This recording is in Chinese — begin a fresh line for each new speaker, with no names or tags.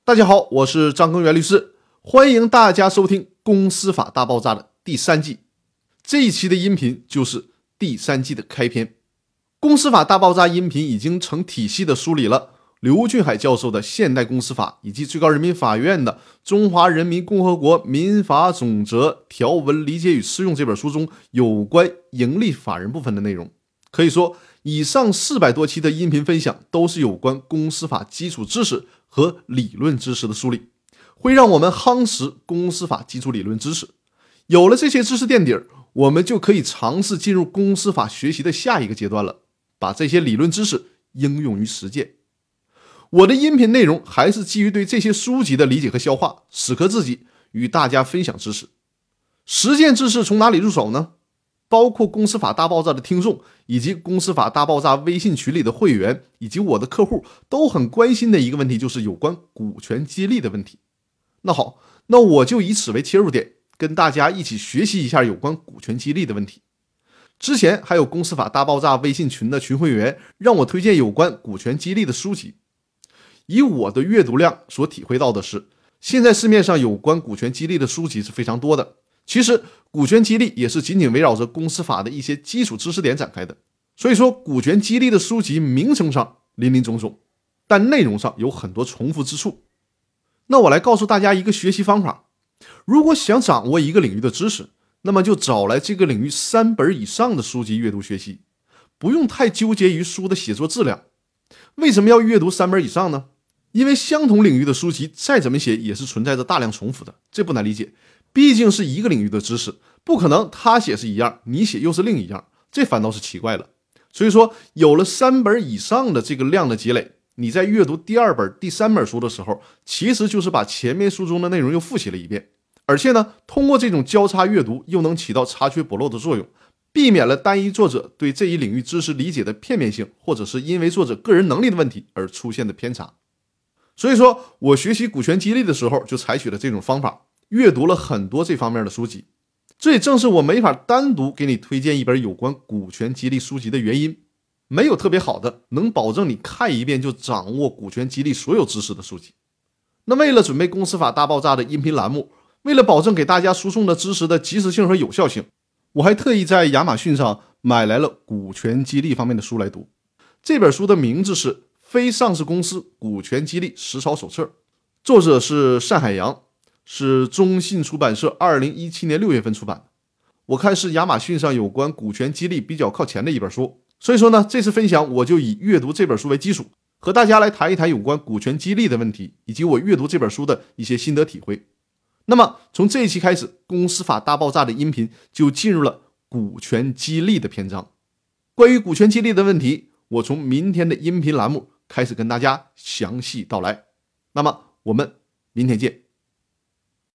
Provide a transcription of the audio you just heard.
大家好，我是张根源律师，欢迎大家收听《公司法大爆炸》的第3季。这一期的音频就是第3季的开篇。公司法大爆炸音频已经成体系的梳理了刘俊海教授的《现代公司法》以及最高人民法院的《中华人民共和国民法总则条文理解与适用》这本书中有关营利法人部分的内容。可以说，以上400多期的音频分享都是有关公司法基础知识和理论知识的梳理，会让我们夯实公司法基础理论知识。有了这些知识垫底，我们就可以尝试进入公司法学习的下一个阶段了，把这些理论知识应用于实践。我的音频内容还是基于对这些书籍的理解和消化，死磕自己，与大家分享知识。实践知识从哪里入手呢？包括公司法大爆炸的听众，以及公司法大爆炸微信群里的会员，以及我的客户都很关心的一个问题，就是有关股权激励的问题。那好，那我就以此为切入点，跟大家一起学习一下有关股权激励的问题。之前还有公司法大爆炸微信群的群会员让我推荐有关股权激励的书籍。以我的阅读量所体会到的是，现在市面上有关股权激励的书籍是非常多的。其实股权激励也是紧紧围绕着公司法的一些基础知识点展开的，所以说股权激励的书籍名称上林林总总，但内容上有很多重复之处。那我来告诉大家一个学习方法，如果想掌握一个领域的知识，那么就找来这个领域3本以上的书籍阅读学习，不用太纠结于书的写作质量。为什么要阅读3本以上呢？因为相同领域的书籍再怎么写也是存在着大量重复的，这不难理解，毕竟是一个领域的知识，不可能他写是一样，你写又是另一样，这反倒是奇怪了。所以说有了3本以上的这个量的积累，你在阅读第2本、第3本书的时候，其实就是把前面书中的内容又复习了一遍，而且呢，通过这种交叉阅读又能起到查缺补漏的作用，避免了单一作者对这一领域知识理解的片面性，或者是因为作者个人能力的问题而出现的偏差。所以说我学习股权激励的时候就采取了这种方法，阅读了很多这方面的书籍。这也正是我没法单独给你推荐一本有关股权激励书籍的原因，没有特别好的能保证你看一遍就掌握股权激励所有知识的书籍。那为了准备公司法大爆炸的音频栏目，为了保证给大家输送的知识的及时性和有效性，我还特意在亚马逊上买来了股权激励方面的书来读。这本书的名字是《非上市公司股权激励实操手册》，作者是单海洋，是中信出版社2017年6月份出版的。我看是亚马逊上有关股权激励比较靠前的一本书，所以说呢，这次分享我就以阅读这本书为基础，和大家来谈一谈有关股权激励的问题，以及我阅读这本书的一些心得体会。那么从这一期开始，公司法大爆炸的音频就进入了股权激励的篇章。关于股权激励的问题，我从明天的音频栏目开始跟大家详细道来。那么我们明天见。